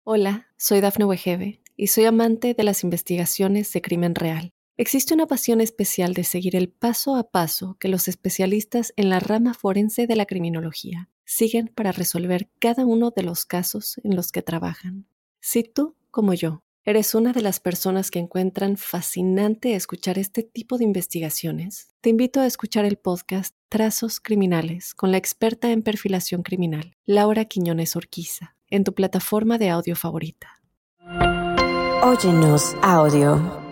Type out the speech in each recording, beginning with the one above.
Hola, soy Dafne Wegebe y soy amante de las investigaciones de crimen real. Existe una pasión especial de seguir el paso a paso que los especialistas en la rama forense de la criminología siguen para resolver cada uno de los casos en los que trabajan. Si tú, como yo, eres una de las personas que encuentran fascinante escuchar este tipo de investigaciones, te invito a escuchar el podcast Trazos Criminales con la experta en perfilación criminal, Laura Quiñones Orquiza, en tu plataforma de audio favorita. Óyenos audio.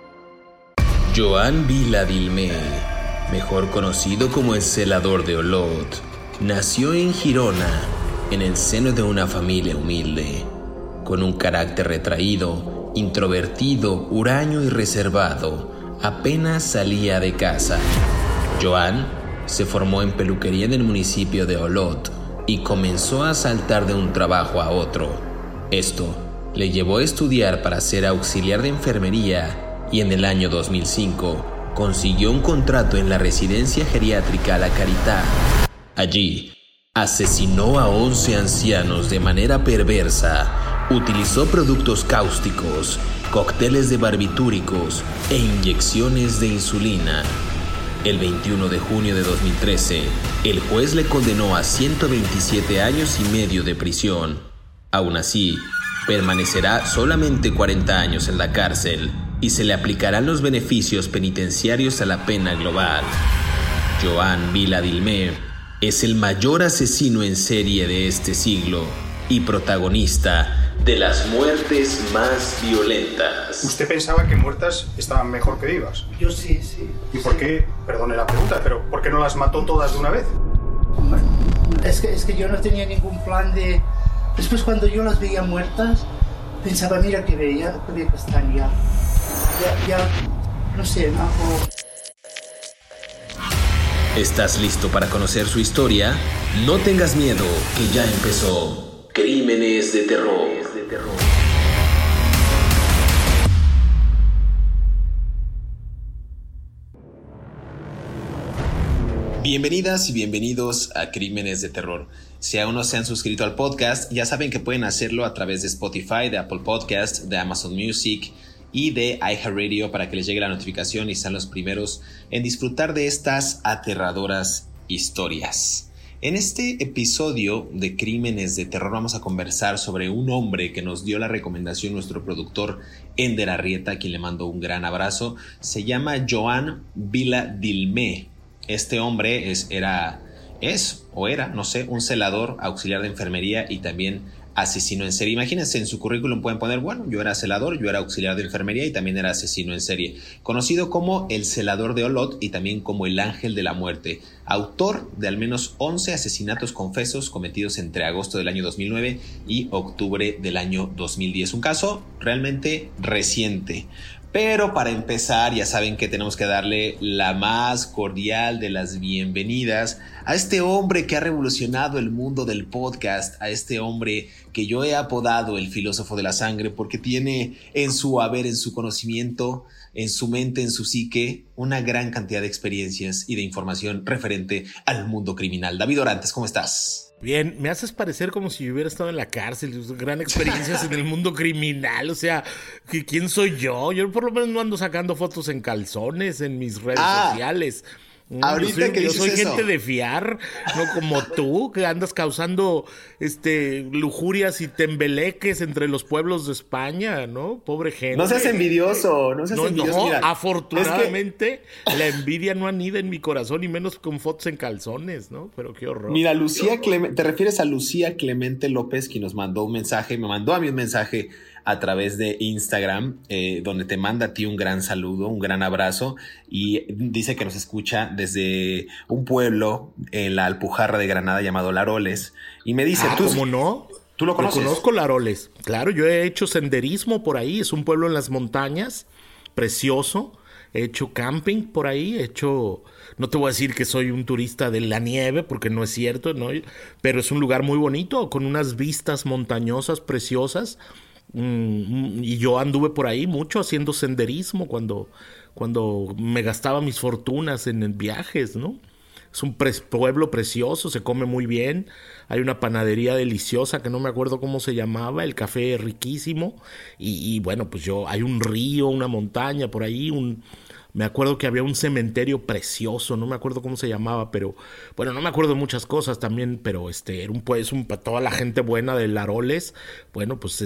Joan Vila Dilmé, mejor conocido como el celador de Olot, nació en Girona, en el seno de una familia humilde. Con un carácter retraído, introvertido, huraño y reservado, apenas salía de casa. Joan se formó en peluquería en el municipio de Olot y comenzó a saltar de un trabajo a otro. Esto le llevó a estudiar para ser auxiliar de enfermería y en el año 2005 consiguió un contrato en la residencia geriátrica La Caridad. Allí asesinó a 11 ancianos de manera perversa, utilizó productos cáusticos, cócteles de barbitúricos e inyecciones de insulina. El 21 de junio de 2013, el juez le condenó a 127 años y medio de prisión. Aún así, permanecerá solamente 40 años en la cárcel y se le aplicarán los beneficios penitenciarios a la pena global. Joan Vila Dilmé es el mayor asesino en serie de este siglo y protagonista de las muertes más violentas. ¿Usted pensaba que muertas estaban mejor que vivas? Yo sí. ¿Y por qué, perdone la pregunta, pero por qué no las mató todas de una vez? Bueno, es que yo no tenía ningún plan de... Después cuando yo las veía muertas, pensaba, mira qué bella que están ya, no sé, algo... ¿Estás listo para conocer su historia? No tengas miedo, que ya empezó. Crímenes de terror. Bienvenidas y bienvenidos a Crímenes de Terror. Si aún no se han suscrito al podcast, ya saben que pueden hacerlo a través de Spotify, de Apple Podcast, de Amazon Music y de iHeartRadio para que les llegue la notificación y sean los primeros en disfrutar de estas aterradoras historias. En este episodio de Crímenes de Terror vamos a conversar sobre un hombre que nos dio la recomendación nuestro productor Ender Arrieta, a quien le mando un gran abrazo. Se llama Joan Vila Dilmé. Este hombre era un celador, auxiliar de enfermería y también asesino en serie. Imagínense, en su currículum pueden poner, bueno, yo era celador, yo era auxiliar de enfermería y también era asesino en serie. Conocido como el celador de Olot y también como el ángel de la muerte. Autor de al menos 11 asesinatos confesos cometidos entre agosto del año 2009 y octubre del año 2010. Un caso realmente reciente. Pero para empezar, ya saben que tenemos que darle la más cordial de las bienvenidas a este hombre que ha revolucionado el mundo del podcast, a este hombre que yo he apodado el filósofo de la sangre porque tiene en su haber, en su conocimiento, en su mente, en su psique, una gran cantidad de experiencias y de información referente al mundo criminal. David Orantes, ¿cómo estás? Bien, me haces parecer como si yo hubiera estado en la cárcel, gran experiencias en el mundo criminal, o sea, ¿quién soy yo? Yo por lo menos no ando sacando fotos en calzones en mis redes sociales. Ahorita yo soy gente de fiar, no como tú, que andas causando lujurias y tembeleques entre los pueblos de España, ¿no? Pobre gente. No seas envidioso, Mira, afortunadamente la envidia no anida en mi corazón y menos con fotos en calzones, ¿no? Pero qué horror. Mira, te refieres a Lucía Clemente López, quien nos mandó un mensaje, me mandó a mí un mensaje a través de Instagram, donde te manda a ti un gran saludo, un gran abrazo, y dice que nos escucha desde un pueblo en la Alpujarra de Granada llamado Laroles, y me dice, ¿cómo no? ¿Tú lo conoces? Yo conozco Laroles, claro, yo he hecho senderismo por ahí, es un pueblo en las montañas, precioso, he hecho camping por ahí, no te voy a decir que soy un turista de la nieve, porque no es cierto, ¿no? Pero es un lugar muy bonito, con unas vistas montañosas preciosas. Y yo anduve por ahí mucho haciendo senderismo cuando me gastaba mis fortunas en viajes, ¿no? Es un pueblo precioso, se come muy bien. Hay una panadería deliciosa que no me acuerdo cómo se llamaba, el café riquísimo. Y bueno, pues hay un río, una montaña por ahí, me acuerdo que había un cementerio precioso, no me acuerdo cómo se llamaba, pero bueno, no me acuerdo de muchas cosas también, pero era para toda la gente buena de Laroles, bueno, pues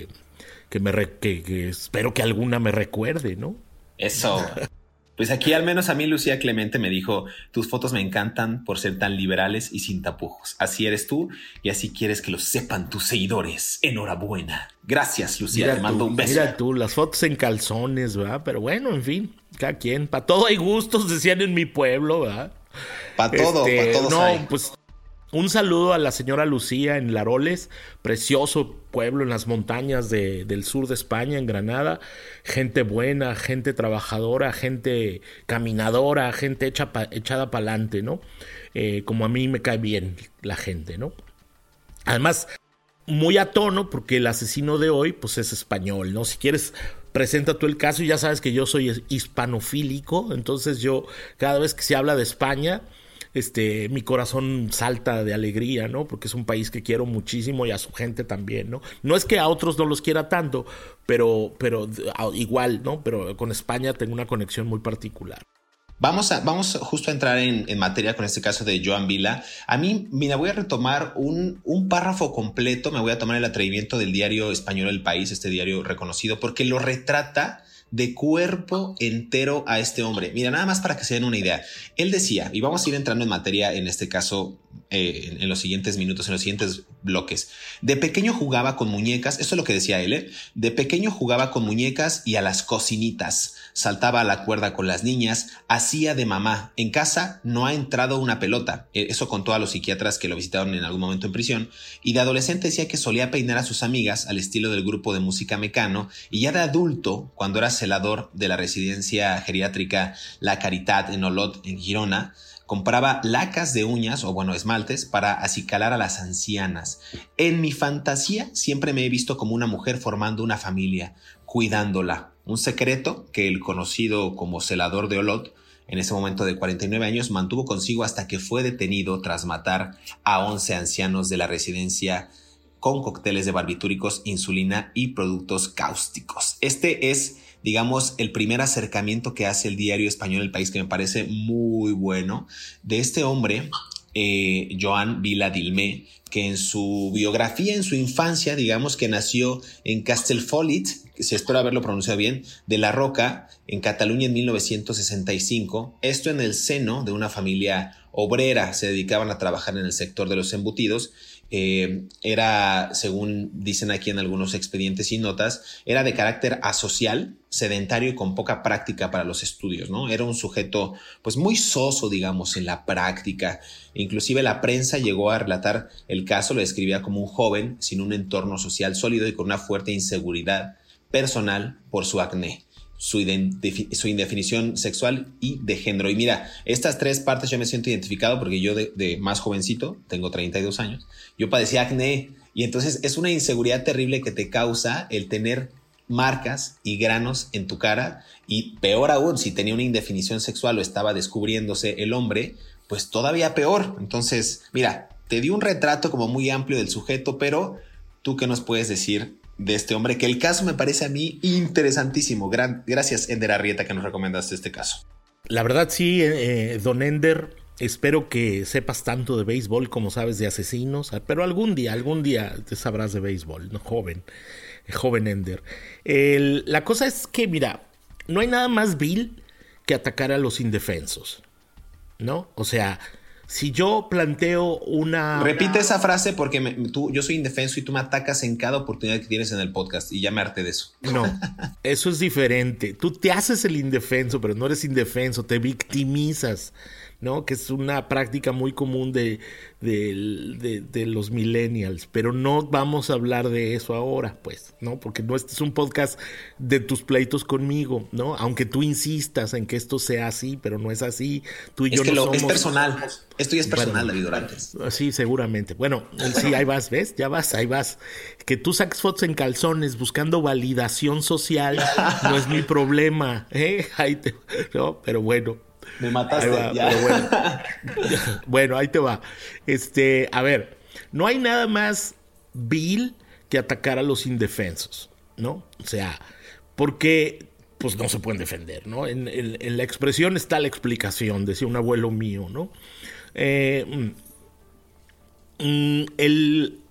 que espero que alguna me recuerde, ¿no? Eso. Pues aquí al menos a mí Lucía Clemente me dijo: tus fotos me encantan por ser tan liberales y sin tapujos. Así eres tú y así quieres que lo sepan tus seguidores. Enhorabuena. Gracias, Lucía, te mando un beso. Mira tú, las fotos en calzones, ¿verdad? Pero bueno, en fin, cada quien. Para todo hay gustos, decían en mi pueblo, ¿verdad? Para todo no, hay. Pues un saludo a la señora Lucía en Laroles, precioso pueblo en las montañas del sur de España, en Granada. Gente buena, gente trabajadora, gente caminadora, gente echada para adelante, ¿no? Como a mí me cae bien la gente, ¿no? Además, muy a tono, porque el asesino de hoy, pues es español, ¿no? Si quieres, presenta tú el caso y ya sabes que yo soy hispanofílico, entonces yo, cada vez que se habla de España, mi corazón salta de alegría, ¿no? Porque es un país que quiero muchísimo y a su gente también, ¿no? No es que a otros no los quiera tanto, pero igual, ¿no? Pero con España tengo una conexión muy particular. Vamos justo a entrar en materia con este caso de Joan Vila. A mí, mira, voy a retomar un párrafo completo, me voy a tomar el atrevimiento del diario español El País, este diario reconocido, porque lo retrata de cuerpo entero a este hombre. Mira, nada más para que se den una idea. Él decía, y vamos a ir entrando en materia en este caso en los siguientes minutos, en los siguientes bloques. De pequeño jugaba con muñecas, esto es lo que decía él, de pequeño jugaba con muñecas y a las cocinitas, saltaba a la cuerda con las niñas, hacía de mamá. En casa no ha entrado una pelota. Eso contó a los psiquiatras que lo visitaron en algún momento en prisión. Y de adolescente decía que solía peinar a sus amigas al estilo del grupo de música Mecano, y ya de adulto, cuando era celador de la residencia geriátrica La Caritat en Olot, en Girona, compraba lacas de uñas, o bueno, esmaltes, para acicalar a las ancianas. En mi fantasía siempre me he visto como una mujer formando una familia, cuidándola. Un secreto que el conocido como celador de Olot, en ese momento de 49 años, mantuvo consigo hasta que fue detenido tras matar a 11 ancianos de la residencia con cócteles de barbitúricos, insulina y productos cáusticos. Este es, digamos, el primer acercamiento que hace el diario español El País, que me parece muy bueno, de este hombre, Joan Vila Dilmé, que en su biografía, en su infancia, digamos que nació en Castellfollit, si espero haberlo pronunciado bien, de La Roca, en Cataluña en 1965, esto en el seno de una familia obrera. Se dedicaban a trabajar en el sector de los embutidos. Era, según dicen aquí en algunos expedientes y notas, era de carácter asocial, sedentario y con poca práctica para los estudios, ¿no? Era un sujeto pues muy soso, digamos, en la práctica. Inclusive la prensa llegó a relatar el caso, lo describía como un joven sin un entorno social sólido y con una fuerte inseguridad personal por su acné, su indefinición sexual y de género. Y mira, estas tres partes yo me siento identificado porque yo de más jovencito, tengo 32 años, yo padecía acné, y entonces es una inseguridad terrible que te causa el tener marcas y granos en tu cara, y peor aún, si tenía una indefinición sexual o estaba descubriéndose el hombre, pues todavía peor. Entonces, mira, te di un retrato como muy amplio del sujeto, pero ¿tú qué nos puedes decir de este hombre? Que el caso me parece a mí interesantísimo. Gracias, Ender Arrieta, que nos recomendaste este caso. La verdad sí, don Ender, espero que sepas tanto de béisbol como sabes de asesinos, pero algún día te sabrás de béisbol, ¿no? Joven Ender. La cosa es que, mira, no hay nada más vil que atacar a los indefensos, ¿no? O sea, si yo planteo una... Repite esa frase porque yo soy indefenso y tú me atacas en cada oportunidad que tienes en el podcast, y ya me harté de eso. No, eso es diferente. Tú te haces el indefenso, pero no eres indefenso, te victimizas, ¿no? Que es una práctica muy común de los millennials, pero no vamos a hablar de eso ahora, pues, ¿no? Porque no, este es un podcast de tus pleitos conmigo, ¿no? Aunque tú insistas en que esto sea así, pero no es así. Tú y yo no somos... Es personal. Esto ya es personal, bueno, David Orantes. Sí, seguramente. Bueno, sí, ahí vas, ¿ves? Ya vas, ahí vas. Que tú saques fotos en calzones buscando validación social no es mi problema, ¿eh? No, pero bueno. Me mataste. Ahí va, ya. pero bueno. Bueno, ahí te va. A ver, no hay nada más vil que atacar a los indefensos, ¿no? O sea, porque pues no se pueden defender, ¿no? En la expresión está la explicación, decía un abuelo mío, ¿no? El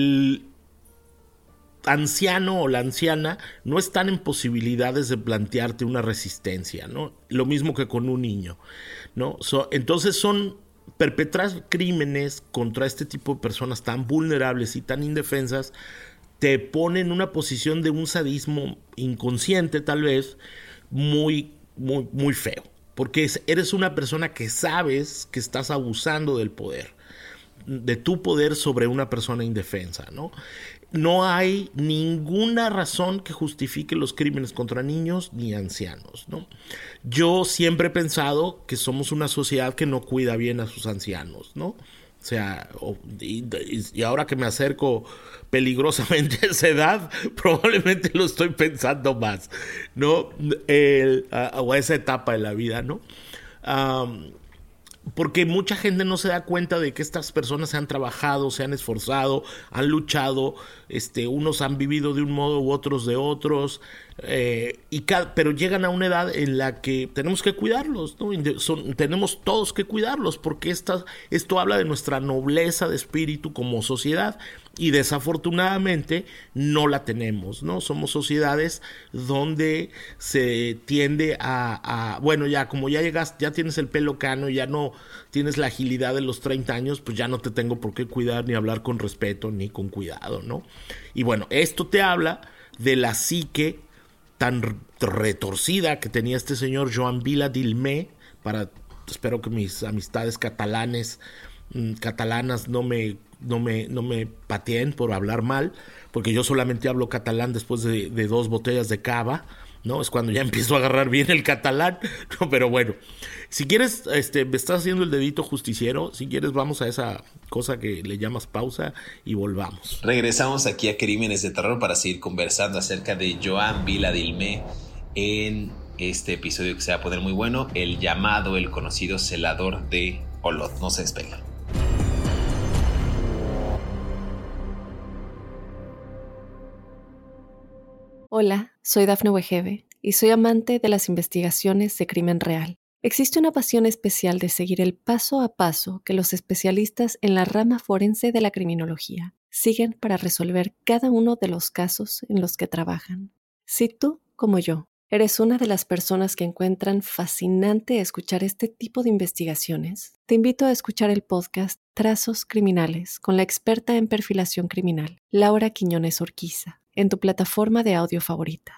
anciano o la anciana no están en posibilidades de plantearte una resistencia, ¿no? Lo mismo que con un niño, ¿no? Entonces perpetrar crímenes contra este tipo de personas tan vulnerables y tan indefensas te pone en una posición de un sadismo inconsciente, tal vez, muy, muy, muy feo. Porque eres una persona que sabes que estás abusando del poder, de tu poder sobre una persona indefensa, ¿no? No hay ninguna razón que justifique los crímenes contra niños ni ancianos, ¿no? Yo siempre he pensado que somos una sociedad que no cuida bien a sus ancianos, ¿no? O sea, y ahora que me acerco peligrosamente a esa edad, probablemente lo estoy pensando más, ¿no? O a esa etapa de la vida, ¿no? Porque mucha gente no se da cuenta de que estas personas se han trabajado, se han esforzado, han luchado, unos han vivido de un modo u otros de otros, pero llegan a una edad en la que tenemos que cuidarlos, ¿no? Tenemos todos que cuidarlos, porque esto habla de nuestra nobleza de espíritu como sociedad, y desafortunadamente no la tenemos, ¿no? Somos sociedades donde se tiende bueno, ya como ya llegaste, ya tienes el pelo cano, ya no tienes la agilidad de los 30 años, pues ya no te tengo por qué cuidar ni hablar con respeto ni con cuidado, ¿no? Y bueno, esto te habla de la psique tan retorcida que tenía este señor Joan Vila d'Ilmé. Espero que mis amistades catalanas no me pateen por hablar mal, porque yo solamente hablo catalán después de 2 botellas de cava, ¿no? Es cuando ya empiezo a agarrar bien el catalán, ¿no? Pero bueno, si quieres, me estás haciendo el dedito justiciero, si quieres vamos a esa cosa que le llamas pausa y volvamos. Regresamos aquí a Crímenes de Terror para seguir conversando acerca de Joan Vila d'Ilmé en este episodio que se va a poner muy bueno, el conocido celador de Olot. No se despega. Hola, soy Dafne Wegebe y soy amante de las investigaciones de crimen real. Existe una pasión especial de seguir el paso a paso que los especialistas en la rama forense de la criminología siguen para resolver cada uno de los casos en los que trabajan. Si tú, como yo, eres una de las personas que encuentran fascinante escuchar este tipo de investigaciones, te invito a escuchar el podcast Trazos Criminales con la experta en perfilación criminal, Laura Quiñones Orquiza, en tu plataforma de audio favorita.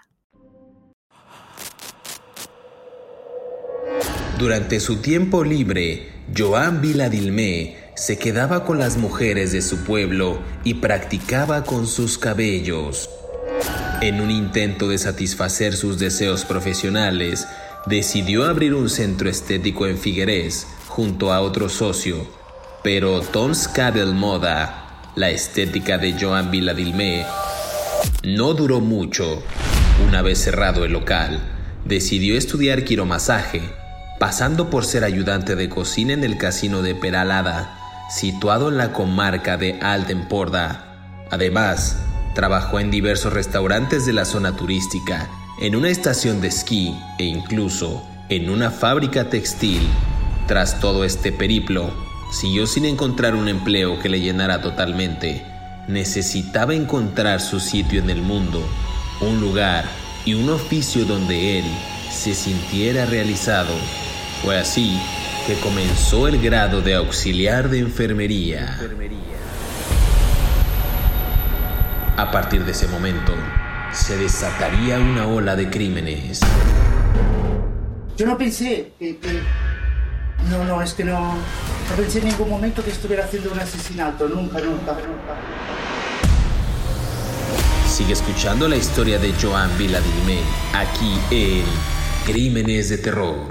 Durante su tiempo libre, Joan Vila d'Ilmé se quedaba con las mujeres de su pueblo y practicaba con sus cabellos. En un intento de satisfacer sus deseos profesionales, decidió abrir un centro estético en Figueres junto a otro socio, pero Tons Cabell Moda, la estética de Joan Vila d'Ilmé, no duró mucho. Una vez cerrado el local, decidió estudiar quiromasaje, pasando por ser ayudante de cocina en el casino de Peralada, situado en la comarca de Alt Empordà. Además, trabajó en diversos restaurantes de la zona turística, en una estación de esquí e incluso en una fábrica textil. Tras todo este periplo, siguió sin encontrar un empleo que le llenara totalmente. Necesitaba encontrar su sitio en el mundo, un lugar y un oficio donde él se sintiera realizado. Fue así que comenzó el grado de auxiliar de enfermería. A partir de ese momento, se desataría una ola de crímenes. Yo no pensé No pensé en ningún momento que estuviera haciendo un asesinato, nunca. Sigue escuchando la historia de Joan Vila d'Ilmé, aquí en Crímenes de Terror.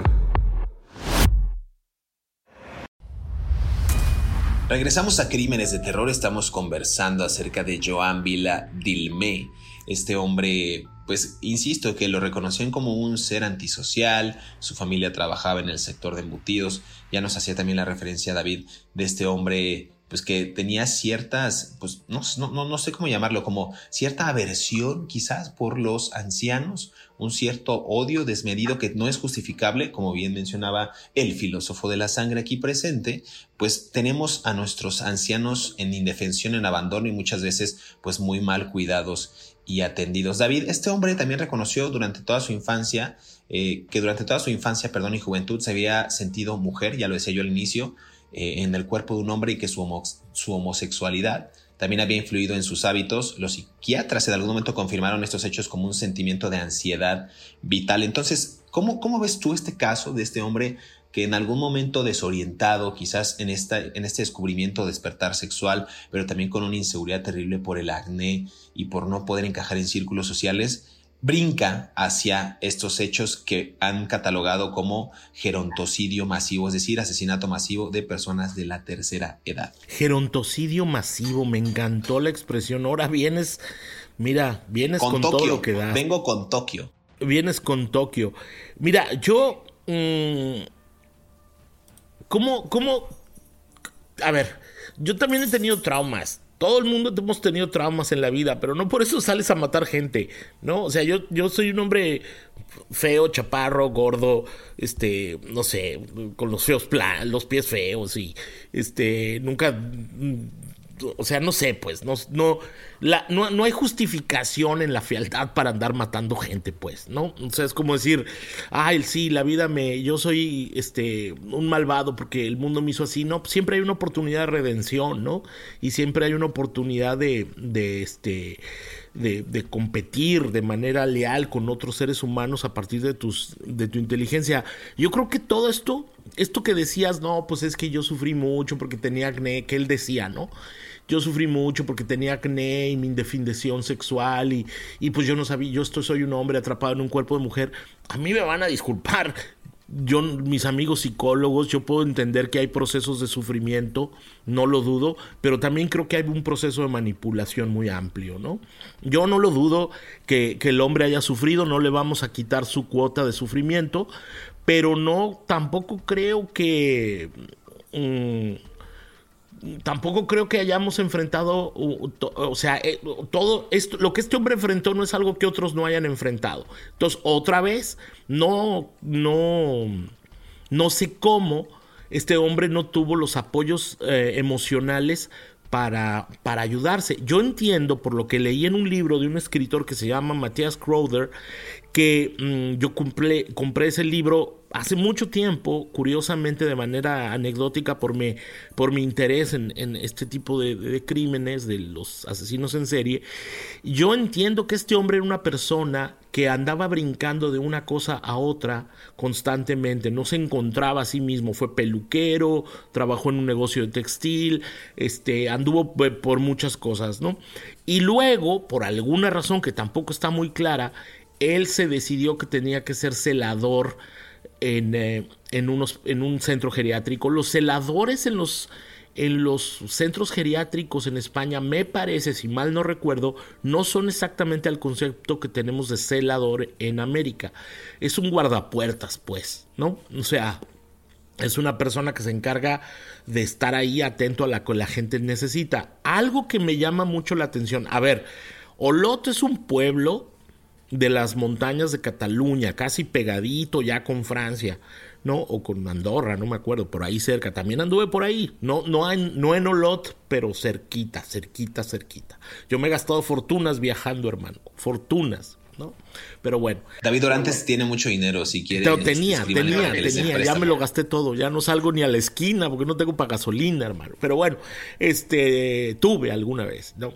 Regresamos a Crímenes de Terror, estamos conversando acerca de Joan Vila d'Ilmé, Este hombre, pues insisto, que lo reconocían como un ser antisocial, su familia trabajaba en el sector de embutidos. Ya nos hacía también la referencia, David, de este hombre pues que tenía ciertas, pues no sé cómo llamarlo, como cierta aversión quizás por los ancianos, un cierto odio desmedido que no es justificable, como bien mencionaba el filósofo de la sangre aquí presente. Pues tenemos a nuestros ancianos en indefensión, en abandono y muchas veces pues muy mal cuidados y atendidos. David, este hombre también reconoció durante toda su infancia, y juventud se había sentido mujer, ya lo decía yo al inicio, en el cuerpo de un hombre, y que su homosexualidad también había influido en sus hábitos. Los psiquiatras en algún momento confirmaron estos hechos como un sentimiento de ansiedad vital. Entonces, ¿cómo ves tú este caso de este hombre que en algún momento desorientado, quizás en este descubrimiento de despertar sexual, pero también con una inseguridad terrible por el acné y por no poder encajar en círculos sociales, brinca hacia estos hechos que han catalogado como gerontocidio masivo, es decir, asesinato masivo de personas de la tercera edad? Gerontocidio masivo, me encantó la expresión. Ahora vienes con todo lo que da. Vengo con Tokio. Vienes con Tokio. Mira, yo... ¿Cómo? A ver, yo también he tenido traumas. Todo el mundo hemos tenido traumas en la vida, pero no por eso sales a matar gente, ¿no? O sea, yo soy un hombre feo, chaparro, gordo, no sé, con los pies feos y nunca... O sea, no sé, pues, no hay justificación en la fealdad para andar matando gente, pues, ¿no? O sea, es como decir, ay, sí, yo soy un malvado porque el mundo me hizo así. No, siempre hay una oportunidad de redención, ¿no? Y siempre hay una oportunidad de competir de manera leal con otros seres humanos a partir de tu inteligencia. Yo creo que todo esto que decías, no, pues es que yo sufrí mucho porque tenía acné, que él decía, ¿no? Yo sufrí mucho porque tenía acné y mi indefinición sexual y pues yo no sabía, soy un hombre atrapado en un cuerpo de mujer. A mí me van a disculpar. Mis amigos psicólogos, yo puedo entender que hay procesos de sufrimiento, no lo dudo, pero también creo que hay un proceso de manipulación muy amplio, ¿no? Yo no lo dudo que el hombre haya sufrido, no le vamos a quitar su cuota de sufrimiento, pero tampoco creo que... Tampoco creo que hayamos enfrentado, o sea, todo esto, lo que este hombre enfrentó no es algo que otros no hayan enfrentado. Entonces, otra vez, no sé cómo este hombre no tuvo los apoyos emocionales para ayudarse. Yo entiendo, por lo que leí en un libro de un escritor que se llama Matthias Crowther, que yo compré ese libro hace mucho tiempo, curiosamente de manera anecdótica por mi interés en este tipo de crímenes, de los asesinos en serie. Yo entiendo que este hombre era una persona que andaba brincando de una cosa a otra constantemente, no se encontraba a sí mismo, fue peluquero, trabajó en un negocio de textil, anduvo por muchas cosas, ¿no? Y luego, por alguna razón que tampoco está muy clara, él se decidió que tenía que ser celador en un centro geriátrico. Los celadores en los centros geriátricos en España, me parece, si mal no recuerdo, no son exactamente el concepto que tenemos de celador en América. Es un guardapuertas, pues, ¿no? O sea, es una persona que se encarga de estar ahí atento a lo que la gente necesita. Algo que me llama mucho la atención. A ver, Olot es un pueblo de las montañas de Cataluña, casi pegadito ya con Francia, ¿no? O con Andorra, no me acuerdo, por ahí cerca. También anduve por ahí, no en Olot, pero cerquita. Yo me he gastado fortunas viajando, hermano, fortunas, ¿no? Pero bueno. David Dorantes tiene mucho dinero, si quiere. Pero tenía, ya me lo gasté todo, ya no salgo ni a la esquina porque no tengo para gasolina, hermano. Pero bueno, tuve alguna vez, ¿no?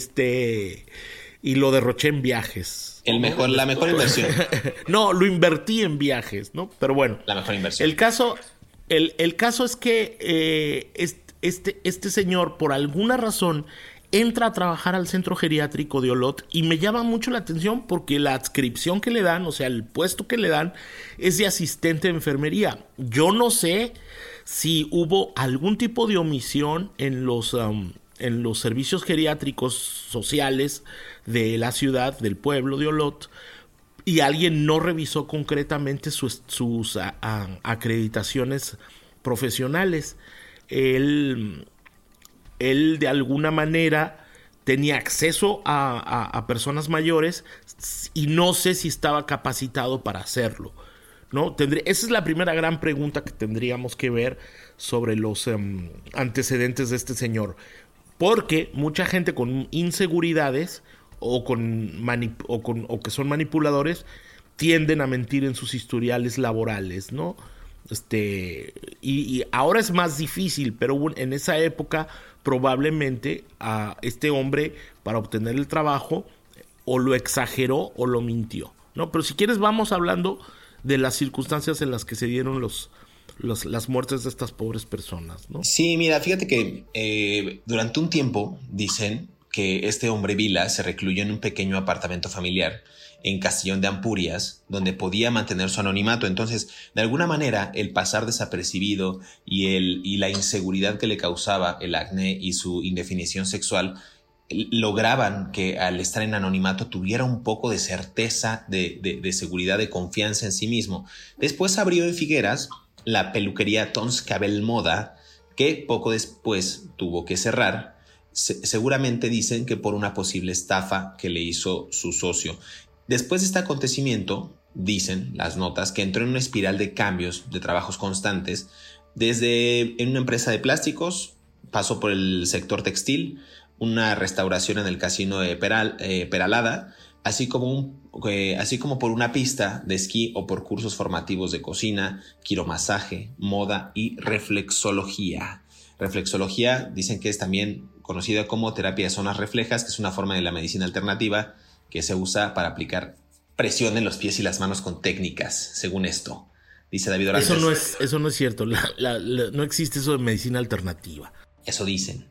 Y lo derroché en viajes. La mejor inversión. No, lo invertí en viajes, ¿no? Pero bueno. La mejor inversión. El caso es que este señor, por alguna razón, entra a trabajar al centro geriátrico de Olot y me llama mucho la atención porque la adscripción que le dan, o sea, el puesto que le dan, es de asistente de enfermería. Yo no sé si hubo algún tipo de omisión en en los servicios geriátricos sociales de la ciudad, del pueblo de Olot, y alguien no revisó concretamente sus acreditaciones profesionales. Él de alguna manera tenía acceso a personas mayores y no sé si estaba capacitado para hacerlo, ¿no? Esa es la primera gran pregunta que tendríamos que ver sobre los antecedentes de este señor. Porque mucha gente con inseguridades o que son manipuladores tienden a mentir en sus historiales laborales, ¿no? Y ahora es más difícil, pero en esa época probablemente a este hombre, para obtener el trabajo, o lo exageró o lo mintió, ¿no? Pero si quieres vamos hablando de las circunstancias en las que se dieron las muertes de estas pobres personas, ¿no? Sí, mira, fíjate que durante un tiempo dicen que este hombre Vila se recluyó en un pequeño apartamento familiar en Castellón de Ampurias, donde podía mantener su anonimato. Entonces, de alguna manera, el pasar desapercibido y la inseguridad que le causaba el acné y su indefinición sexual lograban que al estar en anonimato tuviera un poco de certeza, de seguridad, de confianza en sí mismo. Después abrió en Figueras la peluquería Tons Cabell Moda, que poco después tuvo que cerrar. Seguramente dicen que por una posible estafa que le hizo su socio. Después de este acontecimiento, dicen las notas, que entró en una espiral de cambios, de trabajos constantes, desde en una empresa de plásticos, pasó por el sector textil, una restauración en el casino de Peralada, así como por una pista de esquí o por cursos formativos de cocina, quiromasaje, moda y reflexología. Reflexología dicen que es también conocida como terapia de zonas reflejas, que es una forma de la medicina alternativa que se usa para aplicar presión en los pies y las manos con técnicas, según esto, dice David Orantes. Eso no es cierto, no existe eso de medicina alternativa. Eso dicen.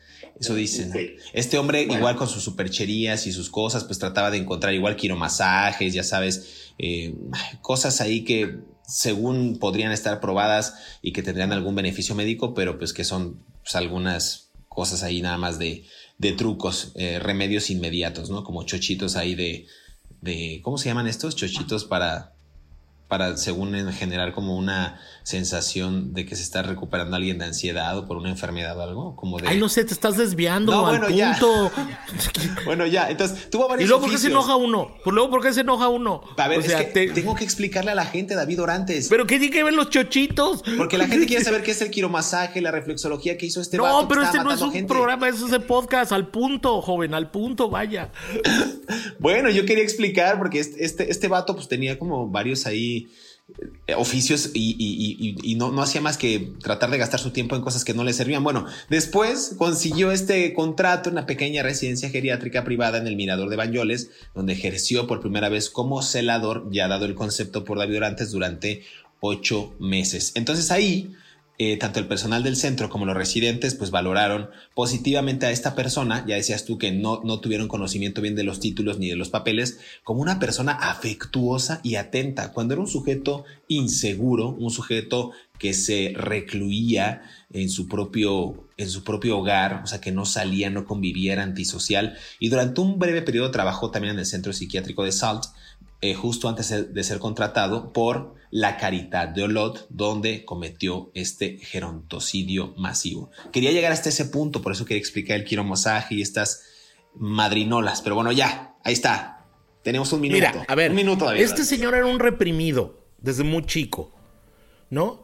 Este hombre, igual con sus supercherías y sus cosas, pues trataba de encontrar igual quiromasajes, ya sabes, cosas ahí que según podrían estar probadas y que tendrían algún beneficio médico, pero pues que son pues, algunas cosas ahí nada más de trucos, remedios inmediatos, ¿no? Como chochitos ahí de ¿cómo se llaman estos? Chochitos para según generar como una sensación de que se está recuperando alguien de ansiedad o por una enfermedad o algo, como de... Ay, no sé, te estás desviando no, al bueno, punto. Bueno, ya, entonces tuvo varios ¿Y luego oficios. ¿Por qué se enoja uno? A ver, o sea, tengo que explicarle a la gente, David Orantes. ¿Pero qué tiene que ver los chochitos? Porque la gente quiere saber qué es el quiromasaje, la reflexología que hizo este vato. No, pero este no es un programa, eso es de podcast, al punto, joven, al punto, vaya. Bueno, yo quería explicar porque este vato pues tenía como varios ahí oficios y no hacía más que tratar de gastar su tiempo en cosas que no le servían. Bueno, después consiguió este contrato en una pequeña residencia geriátrica privada en el Mirador de Banyoles, donde ejerció por primera vez como celador, ya dado el concepto por David Orantes, durante 8 meses. Entonces ahí tanto el personal del centro como los residentes pues valoraron positivamente a esta persona. Ya decías tú que no tuvieron conocimiento bien de los títulos ni de los papeles, como una persona afectuosa y atenta, cuando era un sujeto inseguro, un sujeto que se recluía en su propio hogar, o sea, que no salía, no convivía, era antisocial, y durante un breve periodo trabajó también en el centro psiquiátrico de Salt, justo antes de ser contratado por La Caridad de Olot, donde cometió este gerontocidio masivo. Quería llegar hasta ese punto, por eso quería explicar el quiromasaje y estas madrinolas, pero bueno, ya, ahí está. Tenemos un minuto. Mira, a ver, un minuto, David. Este señor era un reprimido desde muy chico, ¿no?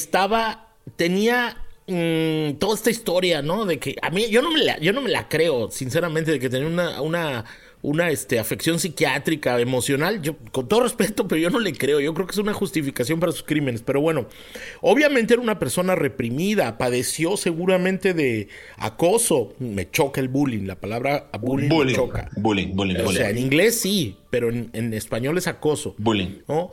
Tenía toda esta historia, ¿no? De que a mí, yo no me la creo, sinceramente, de que tenía una afección psiquiátrica, emocional. Yo, con todo respeto, pero yo no le creo. Yo creo que es una justificación para sus crímenes. Pero bueno, obviamente era una persona reprimida, padeció seguramente de acoso. Me choca el bullying, la palabra bullying me choca. Bullying. O sea, en inglés sí, pero en español es acoso. Bullying. ¿No?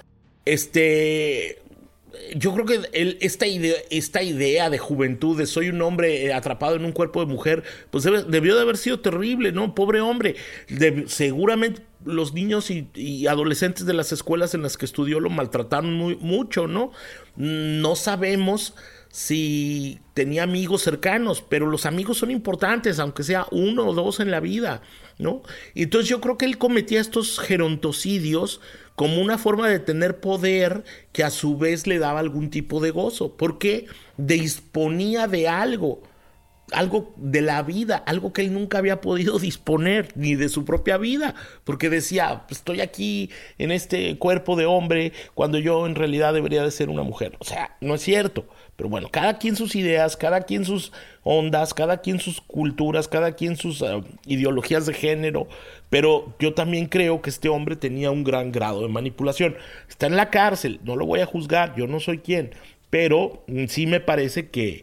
Yo creo que esta idea de juventud, de soy un hombre atrapado en un cuerpo de mujer, pues debió de haber sido terrible, ¿no? Pobre hombre. Seguramente los niños y adolescentes de las escuelas en las que estudió lo maltrataron mucho, ¿no? No sabemos si tenía amigos cercanos, pero los amigos son importantes, aunque sea 1 o 2 en la vida, ¿no? Y entonces yo creo que él cometía estos gerontocidios como una forma de tener poder que a su vez le daba algún tipo de gozo, porque disponía de algo de la vida, algo que él nunca había podido disponer, ni de su propia vida, porque decía, pues estoy aquí en este cuerpo de hombre cuando yo en realidad debería de ser una mujer. O sea, no es cierto, pero bueno, cada quien sus ideas, cada quien sus ondas, cada quien sus culturas, cada quien sus ideologías de género, pero yo también creo que este hombre tenía un gran grado de manipulación. Está en la cárcel, no lo voy a juzgar, yo no soy quien, pero sí me parece que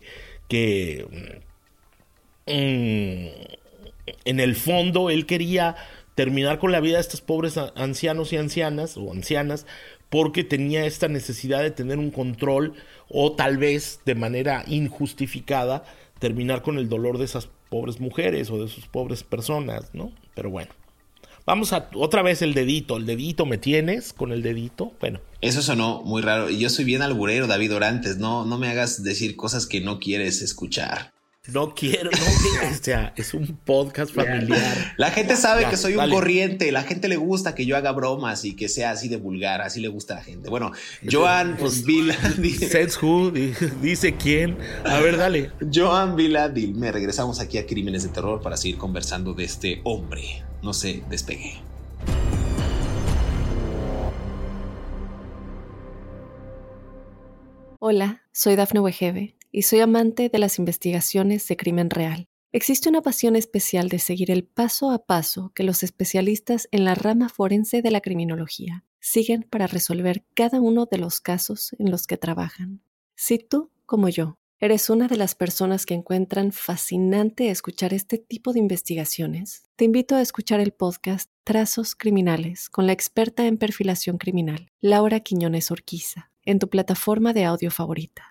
en el fondo él quería terminar con la vida de estos pobres ancianos y ancianas o ancianas porque tenía esta necesidad de tener un control o tal vez de manera injustificada terminar con el dolor de esas pobres mujeres o de sus pobres personas, ¿no? Pero bueno, vamos a otra vez el dedito, ¿me tienes con el dedito? Bueno. Eso sonó muy raro y yo soy bien alburero, David Orantes, no me hagas decir cosas que no quieres escuchar. No quiero, o sea, es un podcast familiar. La gente sabe que soy un corriente, la gente le gusta que yo haga bromas y que sea así de vulgar, así le gusta a la gente. Bueno, Joan Vila Says who, dice quién. A ver, dale. Joan Vila Dilmé, regresamos aquí a Crímenes de Terror para seguir conversando de este hombre. No se despegue. Hola, soy Dafne Wegebe y soy amante de las investigaciones de crimen real. Existe una pasión especial de seguir el paso a paso que los especialistas en la rama forense de la criminología siguen para resolver cada uno de los casos en los que trabajan. Si tú, como yo, eres una de las personas que encuentran fascinante escuchar este tipo de investigaciones, te invito a escuchar el podcast Trazos Criminales con la experta en perfilación criminal, Laura Quiñones Orquiza, en tu plataforma de audio favorita.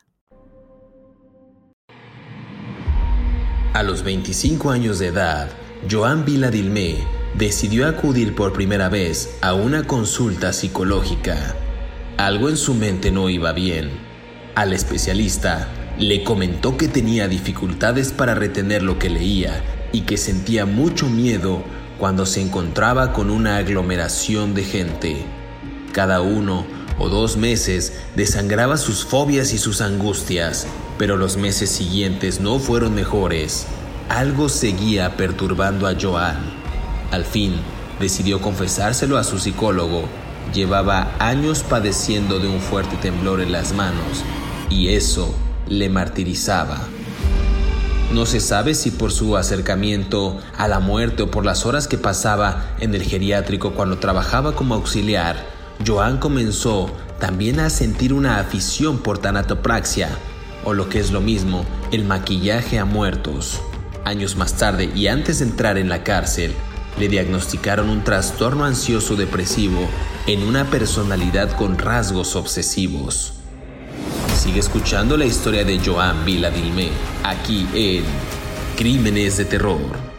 A los 25 años de edad, Joan Vila Dilmé decidió acudir por primera vez a una consulta psicológica. Algo en su mente no iba bien. Al especialista le comentó que tenía dificultades para retener lo que leía y que sentía mucho miedo cuando se encontraba con una aglomeración de gente. Cada 1 o 2 meses desangraba sus fobias y sus angustias, pero los meses siguientes no fueron mejores. Algo seguía perturbando a Joan. Al fin, decidió confesárselo a su psicólogo. Llevaba años padeciendo de un fuerte temblor en las manos, y eso le martirizaba. No se sabe si por su acercamiento a la muerte o por las horas que pasaba en el geriátrico cuando trabajaba como auxiliar, Joan comenzó también a sentir una afición por tanatopraxia, o lo que es lo mismo, el maquillaje a muertos. Años más tarde y antes de entrar en la cárcel, le diagnosticaron un trastorno ansioso depresivo en una personalidad con rasgos obsesivos. Sigue escuchando la historia de Joan Vila Dilmé, aquí en Crímenes de Terror.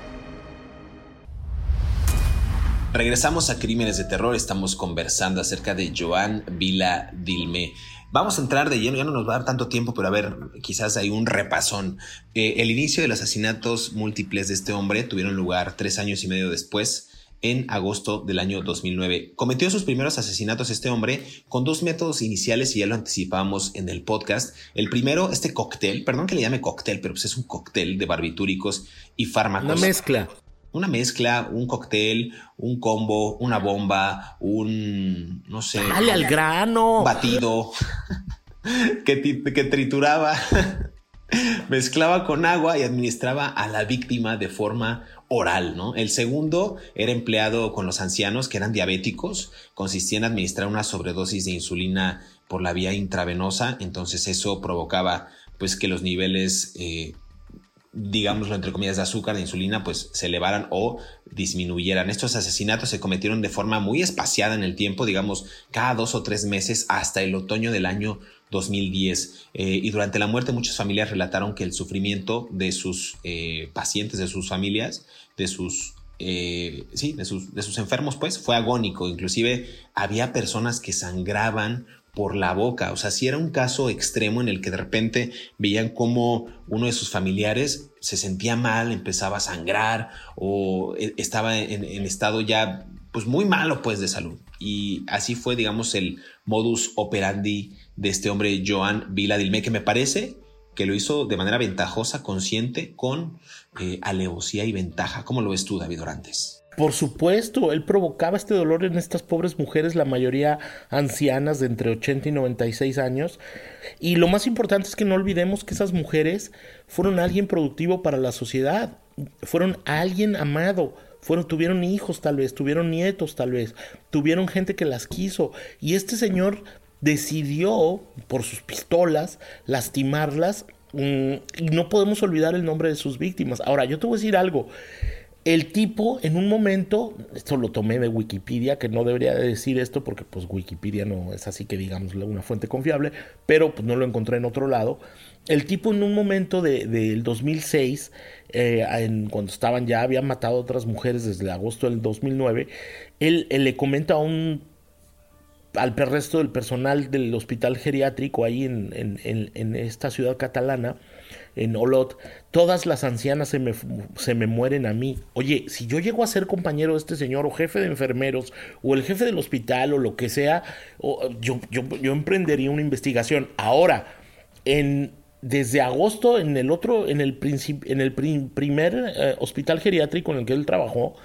Regresamos a Crímenes de Terror, estamos conversando acerca de Joan Vila Dilmé. Vamos a entrar de lleno, ya no nos va a dar tanto tiempo, pero a ver, quizás hay un repasón. El inicio de los asesinatos múltiples de este hombre tuvieron lugar 3 años y medio después, en agosto del año 2009. Cometió sus primeros asesinatos este hombre con 2 métodos iniciales y ya lo anticipábamos en el podcast. El primero, este cóctel, perdón que le llame cóctel, pero pues es un cóctel de barbitúricos y fármacos. Una mezcla, un cóctel, un combo, una bomba, no sé. ¡Dale al grano! Batido que trituraba, mezclaba con agua y administraba a la víctima de forma oral, ¿no? El segundo era empleado con los ancianos que eran diabéticos. Consistía en administrar una sobredosis de insulina por la vía intravenosa. Entonces eso provocaba pues que los niveles digámoslo entre comillas, de azúcar, de insulina, pues se elevaran o disminuyeran. Estos asesinatos se cometieron de forma muy espaciada en el tiempo, digamos, cada 2 o 3 meses hasta el otoño del año 2010. Y durante la muerte muchas familias relataron que el sufrimiento de sus pacientes, de sus familias, de sus enfermos, pues, fue agónico. Inclusive había personas que sangraban por la boca. O sea, sí era un caso extremo en el que de repente veían cómo uno de sus familiares se sentía mal, empezaba a sangrar o estaba en estado ya pues muy malo pues de salud. Y así fue, digamos, el modus operandi de este hombre Joan Vila Dilmé, que me parece que lo hizo de manera ventajosa, consciente, con alevosía y ventaja. ¿Cómo lo ves tú, David Orantes? Por supuesto, él provocaba este dolor en estas pobres mujeres, la mayoría ancianas de entre 80 y 96 años. Y lo más importante es que no olvidemos que esas mujeres fueron alguien productivo para la sociedad, fueron alguien amado, tuvieron hijos tal vez, tuvieron nietos tal vez, tuvieron gente que las quiso. Y este señor decidió, por sus pistolas, lastimarlas, y no podemos olvidar el nombre de sus víctimas. Ahora, yo te voy a decir algo. El tipo, en un momento, esto lo tomé de Wikipedia, que no debería de decir esto porque pues Wikipedia no es así que digamos una fuente confiable, pero pues no lo encontré en otro lado. El tipo en un momento del 2006, cuando estaban ya, habían matado a otras mujeres desde agosto del 2009, él le comenta al resto del personal del hospital geriátrico ahí en esta ciudad catalana, en Olot, todas las ancianas se me mueren a mí. Oye, si yo llego a ser compañero de este señor o jefe de enfermeros o el jefe del hospital o lo que sea, yo emprendería una investigación. Ahora, desde agosto en el primer hospital geriátrico en el que él trabajó,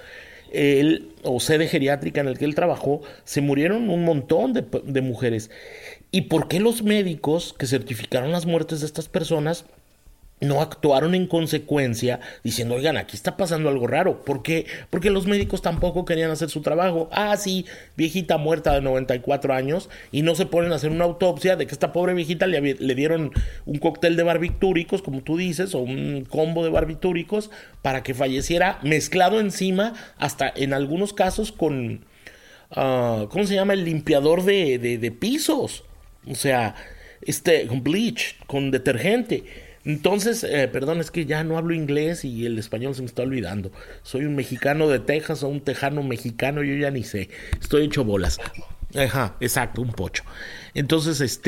o sede geriátrica en el que él trabajó, se murieron un montón de mujeres. ¿Y por qué los médicos que certificaron las muertes de estas personas no actuaron en consecuencia diciendo, oigan, aquí está pasando algo raro? ¿Por qué? Porque los médicos tampoco querían hacer su trabajo. Ah, sí, viejita muerta de 94 años, y no se ponen a hacer una autopsia de que esta pobre viejita le dieron un cóctel de barbitúricos, como tú dices, o un combo de barbitúricos para que falleciera, mezclado encima, hasta en algunos casos con, ¿cómo se llama? El limpiador de pisos. O sea, con bleach, con detergente. Entonces, perdón, es que ya no hablo inglés y el español se me está olvidando. Soy un mexicano de Texas o un tejano mexicano, yo ya ni sé. Estoy hecho bolas. Ajá, exacto, un pocho. Entonces,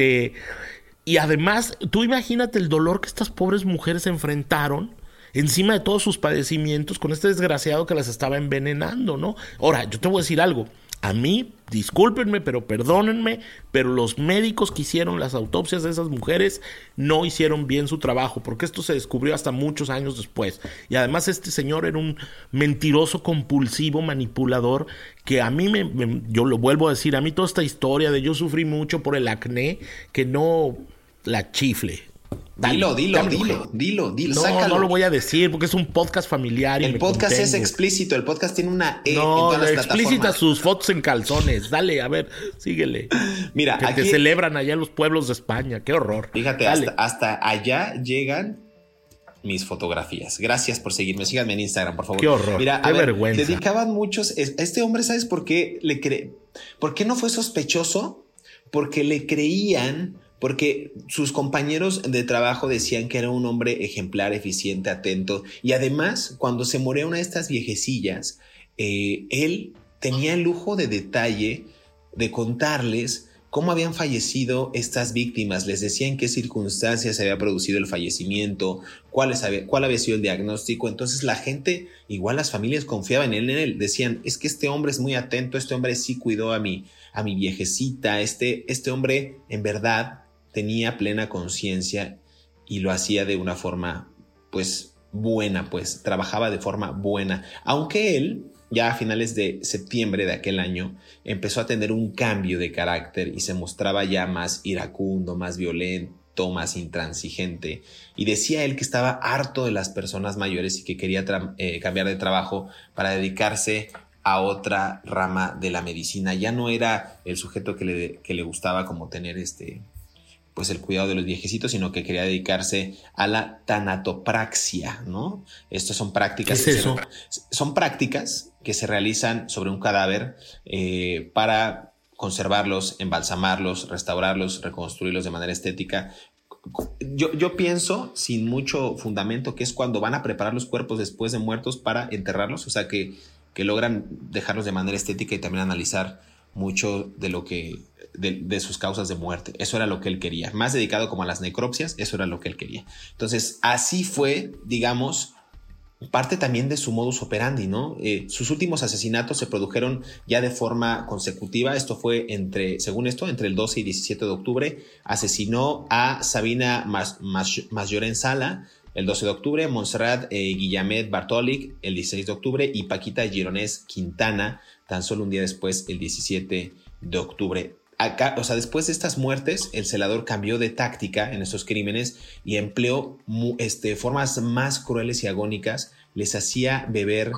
y además, tú imagínate el dolor que estas pobres mujeres enfrentaron encima de todos sus padecimientos con este desgraciado que las estaba envenenando, ¿no? Ahora, yo te voy a decir algo. A mí, discúlpenme, pero perdónenme, pero los médicos que hicieron las autopsias de esas mujeres no hicieron bien su trabajo, porque esto se descubrió hasta muchos años después. Y además este señor era un mentiroso, compulsivo, manipulador, que a mí yo lo vuelvo a decir, a mí toda esta historia de yo sufrí mucho por el acné, que no la chifle. Dilo, sácalo. No lo voy a decir porque es un podcast familiar. El podcast es explícito, el podcast tiene una E en todas las explícita plataformas. Sus fotos en calzones. Dale, a ver, síguele. Mira, que aquí te celebran allá en los pueblos de España, qué horror. Fíjate, hasta allá llegan mis fotografías. Gracias por seguirme. Síganme en Instagram, por favor. Qué horror, mira, qué vergüenza. Dedicaban muchos. Este hombre, ¿sabes por qué ¿Por qué no fue sospechoso? Porque le creían. Porque sus compañeros de trabajo decían que era un hombre ejemplar, eficiente, atento. Y además, cuando se moría una de estas viejecillas, él tenía el lujo de detalle de contarles cómo habían fallecido estas víctimas. Les decía en qué circunstancias se había producido el fallecimiento, cuál había sido el diagnóstico. Entonces la gente, igual las familias, confiaban en él. Decían, es que este hombre es muy atento, este hombre sí cuidó a mi viejecita, este hombre en verdad tenía plena conciencia y lo hacía de una forma, pues, buena, pues, trabajaba de forma buena. Aunque él, ya a finales de septiembre de aquel año, empezó a tener un cambio de carácter y se mostraba ya más iracundo, más violento, más intransigente. Y decía él que estaba harto de las personas mayores y que quería cambiar de trabajo para dedicarse a otra rama de la medicina. Ya no era el sujeto que le gustaba como tener pues el cuidado de los viejecitos, sino que quería dedicarse a la tanatopraxia, ¿no? Estas son prácticas. ¿Qué es eso? Son prácticas que se realizan sobre un cadáver para conservarlos, embalsamarlos, restaurarlos, reconstruirlos de manera estética. Yo pienso, sin mucho fundamento, que es cuando van a preparar los cuerpos después de muertos para enterrarlos, o sea que logran dejarlos de manera estética y también analizar mucho de lo que de sus causas de muerte. Eso era lo que él quería. Más dedicado como a las necropsias, eso era lo que él quería. Entonces, así fue, digamos, parte también de su modus operandi, ¿no? Sus últimos asesinatos se produjeron ya de forma consecutiva. Esto fue según esto, entre el 12 y 17 de octubre. Asesinó a Sabina Masllorensala el 12 de octubre, Montserrat Guillamet Bartòlic el 16 de octubre y Paquita Gironès Quintana tan solo un día después, el 17 de octubre. Acá, o sea, después de estas muertes, el celador cambió de táctica en estos crímenes y empleó formas más crueles y agónicas. Les hacía beber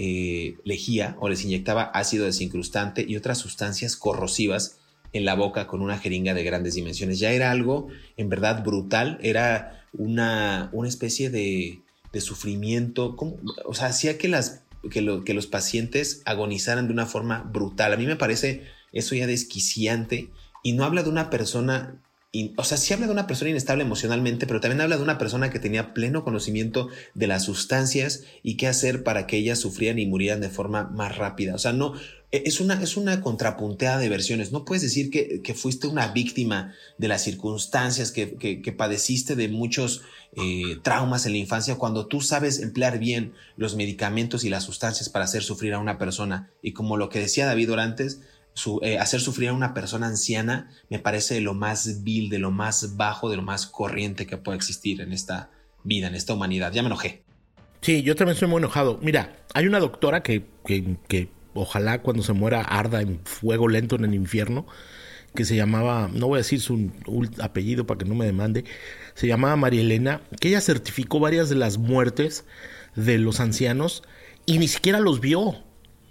lejía o les inyectaba ácido desincrustante y otras sustancias corrosivas en la boca con una jeringa de grandes dimensiones. Ya era algo en verdad brutal, era una especie de sufrimiento, o sea, hacía que los pacientes agonizaran de una forma brutal. A mí me parece eso ya desquiciante y no habla de una persona, o sea, sí habla de una persona inestable emocionalmente, pero también habla de una persona que tenía pleno conocimiento de las sustancias y qué hacer para que ellas sufrieran y murieran de forma más rápida. O sea, no, es una contrapunteada de versiones. No puedes decir que fuiste una víctima de las circunstancias, que padeciste de muchos traumas en la infancia, cuando tú sabes emplear bien los medicamentos y las sustancias para hacer sufrir a una persona. Y como lo que decía David Orantes, hacer sufrir a una persona anciana me parece de lo más vil, de lo más bajo, de lo más corriente que puede existir en esta vida, en esta humanidad. Ya me enojé. Sí, yo también estoy muy enojado. Mira, hay una doctora que ojalá cuando se muera arda en fuego lento en el infierno, que se llamaba, no voy a decir su apellido para que no me demande, se llamaba María Elena, que ella certificó varias de las muertes de los ancianos y ni siquiera los vio.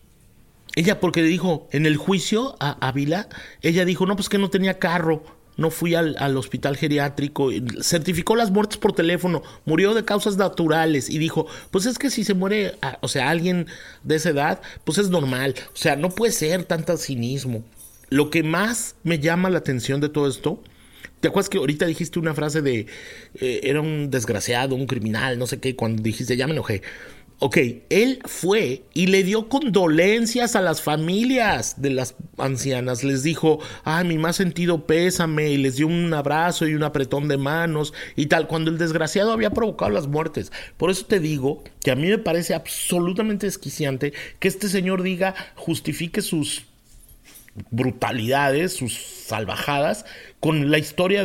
Ella, porque le dijo, en el juicio a Ávila, ella dijo, no, pues que no tenía carro, no fui al hospital geriátrico, certificó las muertes por teléfono, murió de causas naturales y dijo, pues es que si se muere, o sea, alguien de esa edad, pues es normal, o sea, no puede ser tanto cinismo. Lo que más me llama la atención de todo esto, ¿te acuerdas que ahorita dijiste una frase de, era un desgraciado, un criminal, no sé qué, cuando dijiste, ya me enojé? Ok, él fue y le dio condolencias a las familias de las ancianas. Les dijo, ay, mi más sentido pésame, y les dio un abrazo y un apretón de manos y tal, cuando el desgraciado había provocado las muertes. Por eso te digo que a mí me parece absolutamente desquiciante que este señor diga, justifique sus brutalidades, sus salvajadas, con la historia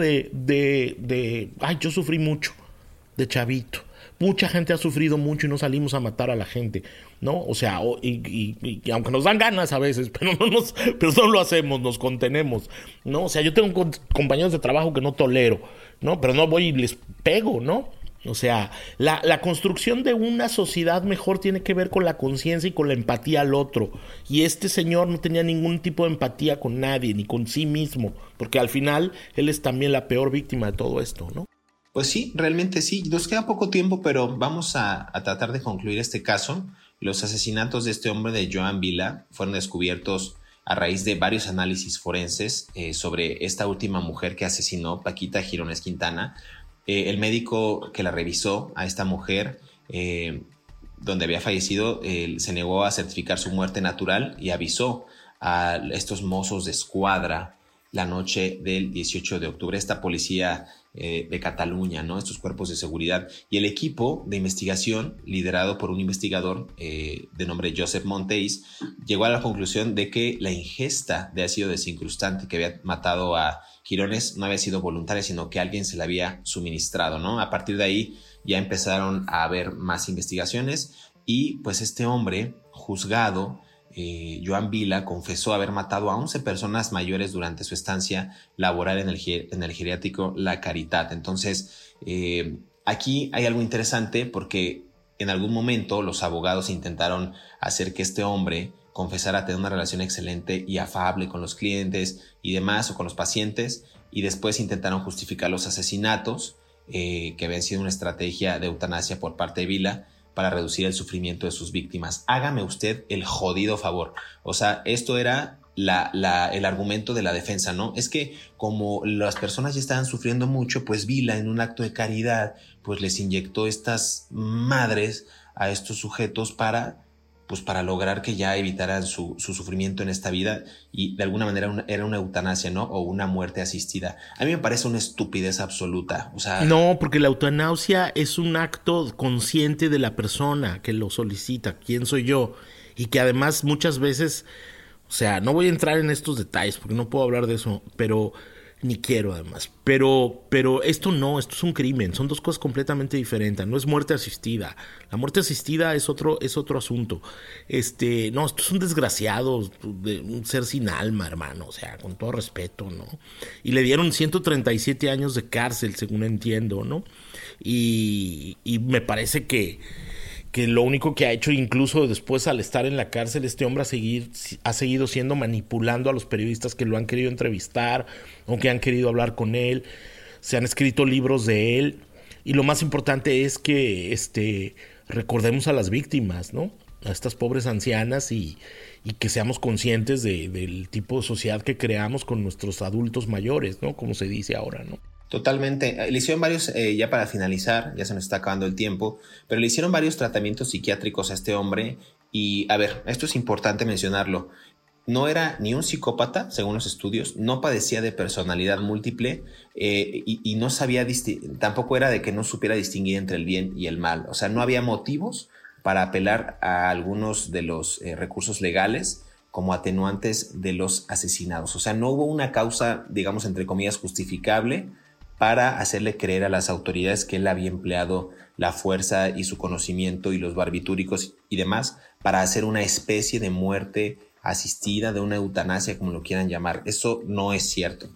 de ay, yo sufrí mucho de chavito. Mucha gente ha sufrido mucho y no salimos a matar a la gente, ¿no? O sea, y aunque nos dan ganas a veces, pero no lo hacemos, nos contenemos, ¿no? O sea, yo tengo compañeros de trabajo que no tolero, ¿no? Pero no voy y les pego, ¿no? O sea, la construcción de una sociedad mejor tiene que ver con la conciencia y con la empatía al otro. Y este señor no tenía ningún tipo de empatía con nadie, ni con sí mismo, porque al final él es también la peor víctima de todo esto, ¿no? Pues sí, realmente sí. Nos queda poco tiempo, pero vamos a tratar de concluir este caso. Los asesinatos de este hombre, de Joan Vila, fueron descubiertos a raíz de varios análisis forenses sobre esta última mujer que asesinó, Paquita Gironès Quintana. El médico que la revisó a esta mujer, donde había fallecido, se negó a certificar su muerte natural y avisó a estos mozos de escuadra la noche del 18 de octubre. Esta policía de Cataluña, ¿no? Estos cuerpos de seguridad y el equipo de investigación liderado por un investigador de nombre Josep Monteis llegó a la conclusión de que la ingesta de ácido desincrustante que había matado a Gironès no había sido voluntaria, sino que alguien se la había suministrado, ¿no? A partir de ahí ya empezaron a haber más investigaciones y pues este hombre juzgado, Joan Vila, confesó haber matado a 11 personas mayores durante su estancia laboral en el geriátrico La Caritat. Entonces, aquí hay algo interesante porque en algún momento los abogados intentaron hacer que este hombre confesara tener una relación excelente y afable con los clientes y demás, o con los pacientes, y después intentaron justificar los asesinatos, que habían sido una estrategia de eutanasia por parte de Vila para reducir el sufrimiento de sus víctimas. Hágame usted el jodido favor. O sea, esto era el argumento de la defensa, ¿no? Es que como las personas ya estaban sufriendo mucho, pues Vila, en un acto de caridad, pues les inyectó estas madres a estos sujetos para pues para lograr que ya evitaran su sufrimiento en esta vida, y de alguna manera era una eutanasia, ¿no? O una muerte asistida. A mí me parece una estupidez absoluta. O sea, No, porque la eutanasia es un acto consciente de la persona que lo solicita, quién soy yo, y que además muchas veces, o sea, no voy a entrar en estos detalles porque no puedo hablar de eso, pero ni quiero además. Pero esto no, esto es un crimen, son dos cosas completamente diferentes. No es muerte asistida. La muerte asistida es otro asunto. No, esto es un desgraciado, un ser sin alma, hermano. O sea, con todo respeto, ¿no? Y le dieron 137 años de cárcel, según entiendo, ¿no? Y me parece que lo único que ha hecho, incluso después al estar en la cárcel, este hombre ha seguido siendo manipulando a los periodistas que lo han querido entrevistar o que han querido hablar con él. Se han escrito libros de él. Y lo más importante es que recordemos a las víctimas, ¿no? A estas pobres ancianas y que seamos conscientes del tipo de sociedad que creamos con nuestros adultos mayores, ¿no? Como se dice ahora, ¿no? Totalmente. Le hicieron varios, ya para finalizar, ya se nos está acabando el tiempo, pero le hicieron varios tratamientos psiquiátricos a este hombre y, a ver, esto es importante mencionarlo. No era ni un psicópata, según los estudios, no padecía de personalidad múltiple y no sabía, tampoco era de que no supiera distinguir entre el bien y el mal. O sea, no había motivos para apelar a algunos de los recursos legales como atenuantes de los asesinados. O sea, no hubo una causa, digamos, entre comillas, justificable para hacerle creer a las autoridades que él había empleado la fuerza y su conocimiento y los barbitúricos y demás para hacer una especie de muerte asistida, de una eutanasia, como lo quieran llamar. Eso no es cierto.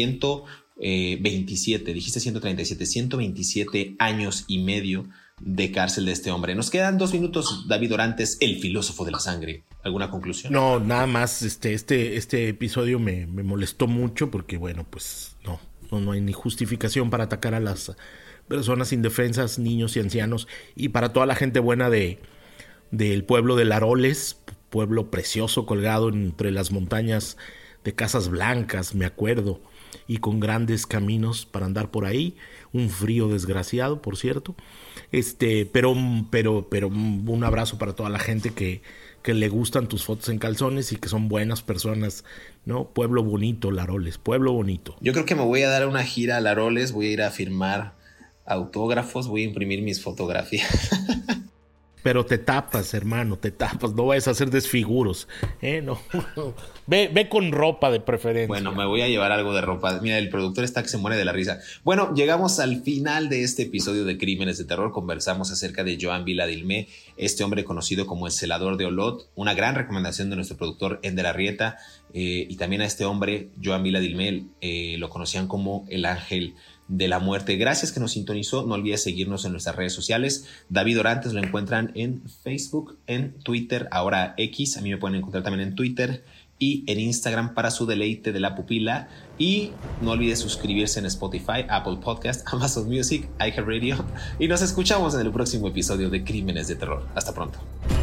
127, dijiste 137, 127 años y medio de cárcel de este hombre. Nos quedan 2 minutos, David Orantes, el filósofo de la sangre. ¿Alguna conclusión? No, nada más, este episodio me molestó mucho porque, bueno, pues no hay ni justificación para atacar a las personas indefensas, niños y ancianos, y para toda la gente buena del pueblo de Laroles, pueblo precioso colgado entre las montañas de Casas Blancas, me acuerdo, y con grandes caminos para andar por ahí, un frío desgraciado, por cierto, pero un abrazo para toda la gente que le gustan tus fotos en calzones y que son buenas personas, ¿no? Pueblo bonito, Laroles, pueblo bonito. Yo creo que me voy a dar una gira a Laroles, voy a ir a firmar autógrafos, voy a imprimir mis fotografías. Pero te tapas, hermano, no vayas a hacer desfiguros, no. Ve con ropa de preferencia. Bueno, me voy a llevar algo de ropa. Mira, el productor está que se muere de la risa. Bueno, llegamos al final de este episodio de Crímenes de Terror. Conversamos acerca de Joan Vila-Dilmé, este hombre conocido como el celador de Olot. Una gran recomendación de nuestro productor Ender Arrieta. Y también a este hombre, Joan Vila-Dilmé, lo conocían como el ángel de la muerte. Gracias que nos sintonizó. No olvides seguirnos en nuestras redes sociales. David Orantes lo encuentran en Facebook, en Twitter, ahora X. A mí me pueden encontrar también en Twitter y en Instagram para su deleite de la pupila. Y no olvides suscribirse en Spotify, Apple Podcast, Amazon Music, iHeartRadio. Y nos escuchamos en el próximo episodio de Crímenes de Terror. Hasta pronto.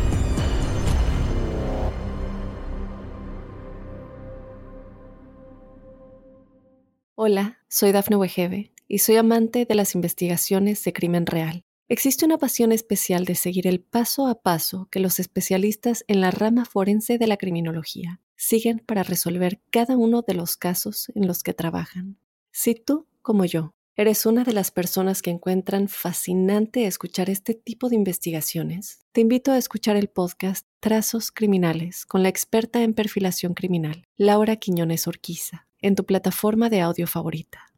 Hola, soy Dafne Wegebe y soy amante de las investigaciones de crimen real. Existe una pasión especial de seguir el paso a paso que los especialistas en la rama forense de la criminología siguen para resolver cada uno de los casos en los que trabajan. Si tú, como yo, eres una de las personas que encuentran fascinante escuchar este tipo de investigaciones, te invito a escuchar el podcast Trazos Criminales con la experta en perfilación criminal, Laura Quiñones Orquiza, en tu plataforma de audio favorita.